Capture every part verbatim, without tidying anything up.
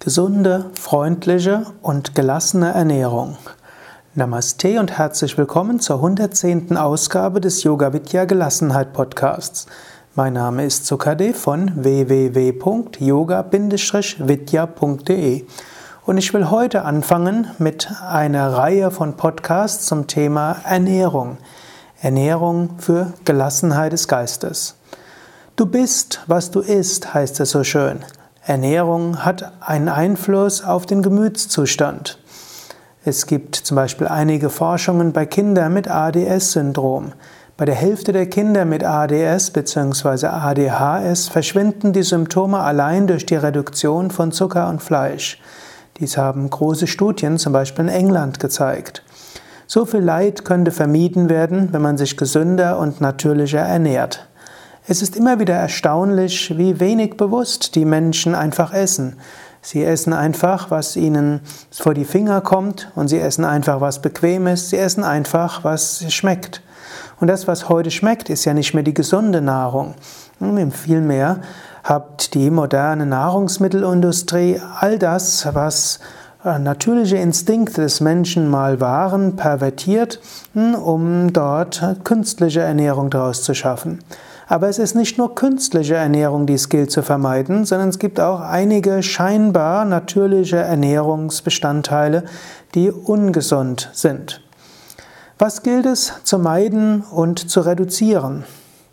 Gesunde, freundliche und gelassene Ernährung. Namaste und herzlich willkommen zur hundertzehnten Ausgabe des Yoga Vidya Gelassenheit Podcasts. Mein Name ist Sukadev von w w w punkt yoga vidya punkt de und ich will heute anfangen mit einer Reihe von Podcasts zum Thema Ernährung. Ernährung für Gelassenheit des Geistes. Du bist, was du isst, heißt es so schön. Ernährung hat einen Einfluss auf den Gemütszustand. Es gibt zum Beispiel einige Forschungen bei Kindern mit A D S-Syndrom. Bei der Hälfte der Kinder mit A D S bzw. A D H S verschwinden die Symptome allein durch die Reduktion von Zucker und Fleisch. Dies haben große Studien zum Beispiel in England gezeigt. So viel Leid könnte vermieden werden, wenn man sich gesünder und natürlicher ernährt. Es ist immer wieder erstaunlich, wie wenig bewusst die Menschen einfach essen. Sie essen einfach, was ihnen vor die Finger kommt, und sie essen einfach, was bequem ist. Sie essen einfach, was schmeckt. Und das, was heute schmeckt, ist ja nicht mehr die gesunde Nahrung. Vielmehr hat die moderne Nahrungsmittelindustrie all das, was natürliche Instinkte des Menschen mal waren, pervertiert, um dort künstliche Ernährung daraus zu schaffen. Aber es ist nicht nur künstliche Ernährung, die es gilt zu vermeiden, sondern es gibt auch einige scheinbar natürliche Ernährungsbestandteile, die ungesund sind. Was gilt es zu meiden und zu reduzieren?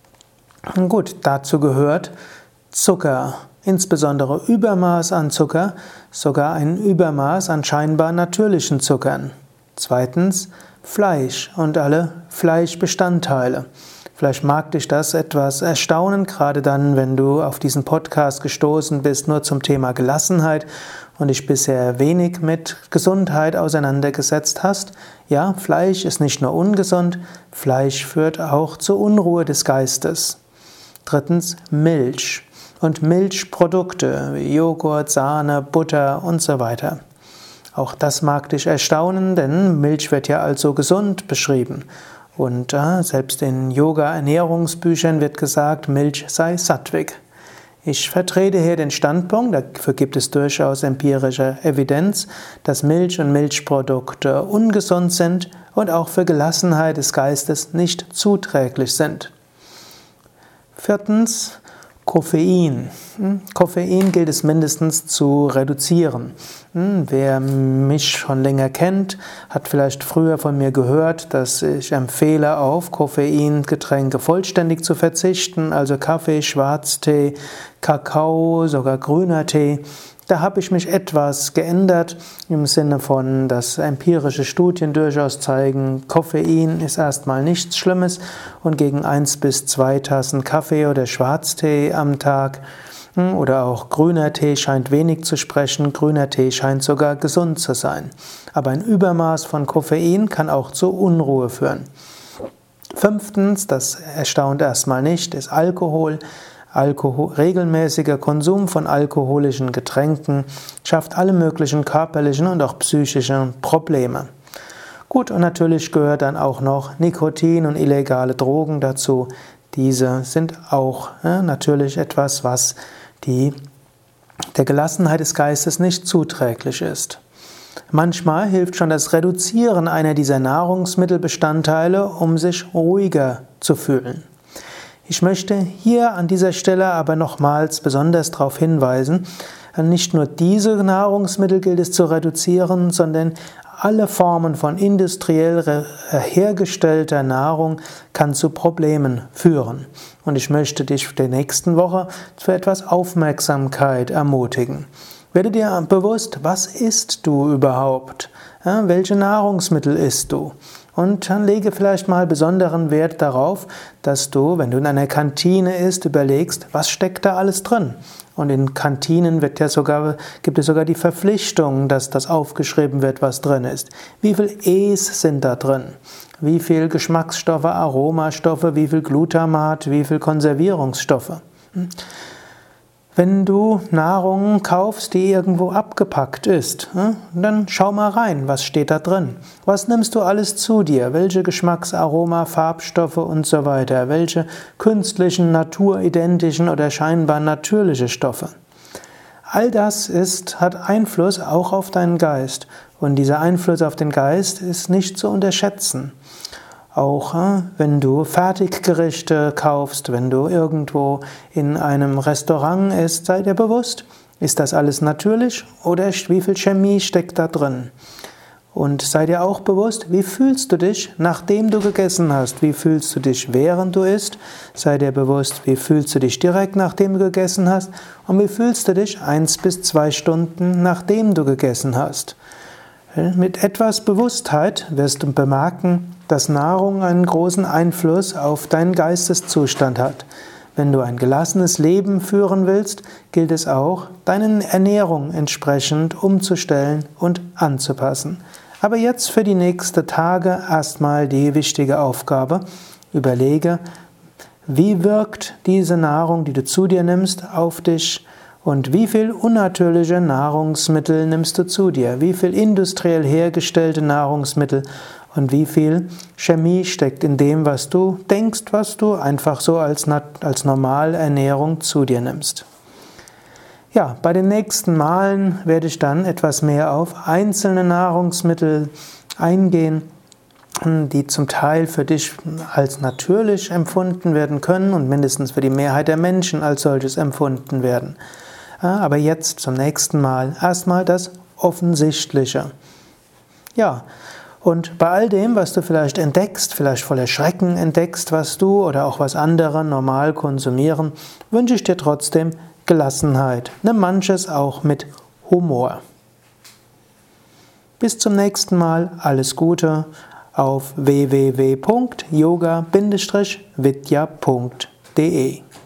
Gut, dazu gehört Zucker, insbesondere Übermaß an Zucker, sogar ein Übermaß an scheinbar natürlichen Zuckern. Zweitens Fleisch und alle Fleischbestandteile. Vielleicht mag dich das etwas erstaunen, gerade dann, wenn du auf diesen Podcast gestoßen bist, nur zum Thema Gelassenheit und dich bisher wenig mit Gesundheit auseinandergesetzt hast. Ja, Fleisch ist nicht nur ungesund, Fleisch führt auch zur Unruhe des Geistes. Drittens Milch und Milchprodukte wie Joghurt, Sahne, Butter und so weiter. Auch das mag dich erstaunen, denn Milch wird ja als so gesund beschrieben. Und äh, selbst in Yoga-Ernährungsbüchern wird gesagt, Milch sei Sattvik. Ich vertrete hier den Standpunkt, dafür gibt es durchaus empirische Evidenz, dass Milch und Milchprodukte ungesund sind und auch für Gelassenheit des Geistes nicht zuträglich sind. Viertens, Koffein. Koffein gilt es mindestens zu reduzieren. Wer mich schon länger kennt, hat vielleicht früher von mir gehört, dass ich empfehle, auf Koffeingetränke vollständig zu verzichten, also Kaffee, Schwarztee, Kakao, sogar grüner Tee. Da habe ich mich etwas geändert, im Sinne von, dass empirische Studien durchaus zeigen, Koffein ist erstmal nichts Schlimmes und gegen eins bis zwei Tassen Kaffee oder Schwarztee am Tag oder auch grüner Tee scheint wenig zu sprechen, grüner Tee scheint sogar gesund zu sein. Aber ein Übermaß von Koffein kann auch zu Unruhe führen. Fünftens, das erstaunt erstmal nicht, ist Alkohol. Alkohol, regelmäßiger Konsum von alkoholischen Getränken schafft alle möglichen körperlichen und auch psychischen Probleme. Gut, und natürlich gehört dann auch noch Nikotin und illegale Drogen dazu. Diese sind auch ja, natürlich etwas, was die, der Gelassenheit des Geistes nicht zuträglich ist. Manchmal hilft schon das Reduzieren einer dieser Nahrungsmittelbestandteile, um sich ruhiger zu fühlen. Ich möchte hier an dieser Stelle aber nochmals besonders darauf hinweisen, nicht nur diese Nahrungsmittel gilt es zu reduzieren, sondern alle Formen von industriell hergestellter Nahrung kann zu Problemen führen. Und ich möchte dich in der nächsten Woche zu etwas Aufmerksamkeit ermutigen. Werde dir bewusst, was isst du überhaupt? Ja, welche Nahrungsmittel isst du? Und dann lege vielleicht mal besonderen Wert darauf, dass du, wenn du in einer Kantine isst, überlegst, was steckt da alles drin? Und in Kantinen wird ja sogar, gibt es sogar die Verpflichtung, dass das aufgeschrieben wird, was drin ist. Wie viel E's sind da drin? Wie viel Geschmacksstoffe, Aromastoffe, wie viel Glutamat, wie viel Konservierungsstoffe? Wenn du Nahrung kaufst, die irgendwo abgepackt ist, dann schau mal rein, was steht da drin? Was nimmst du alles zu dir? Welche Geschmacks-, Aroma-, Farbstoffe und so weiter? Welche künstlichen, naturidentischen oder scheinbar natürliche Stoffe? All das ist, hat Einfluss auch auf deinen Geist. Und dieser Einfluss auf den Geist ist nicht zu unterschätzen. Auch äh, wenn du Fertiggerichte kaufst, wenn du irgendwo in einem Restaurant isst, sei dir bewusst, ist das alles natürlich oder wie viel Chemie steckt da drin? Und sei dir auch bewusst, wie fühlst du dich, nachdem du gegessen hast? Wie fühlst du dich, während du isst? Sei dir bewusst, wie fühlst du dich direkt, nachdem du gegessen hast? Und wie fühlst du dich eins bis zwei Stunden, nachdem du gegessen hast? Mit etwas Bewusstheit wirst du bemerken, dass Nahrung einen großen Einfluss auf deinen Geisteszustand hat. Wenn du ein gelassenes Leben führen willst, gilt es auch, deine Ernährung entsprechend umzustellen und anzupassen. Aber jetzt für die nächsten Tage erstmal die wichtige Aufgabe. Überlege, wie wirkt diese Nahrung, die du zu dir nimmst, auf dich und wie viel unnatürliche Nahrungsmittel nimmst du zu dir? Wie viel industriell hergestellte Nahrungsmittel und wie viel Chemie steckt in dem, was du denkst, was du einfach so als, als normale Ernährung zu dir nimmst. Ja, bei den nächsten Malen werde ich dann etwas mehr auf einzelne Nahrungsmittel eingehen, die zum Teil für dich als natürlich empfunden werden können und mindestens für die Mehrheit der Menschen als solches empfunden werden. Aber jetzt zum nächsten Mal erstmal das Offensichtliche. Ja, und bei all dem, was du vielleicht entdeckst, vielleicht voller Schrecken entdeckst, was du oder auch was andere normal konsumieren, wünsche ich dir trotzdem Gelassenheit. Nimm manches auch mit Humor. Bis zum nächsten Mal, alles Gute auf w w w punkt yoga Bindestrich vidya punkt de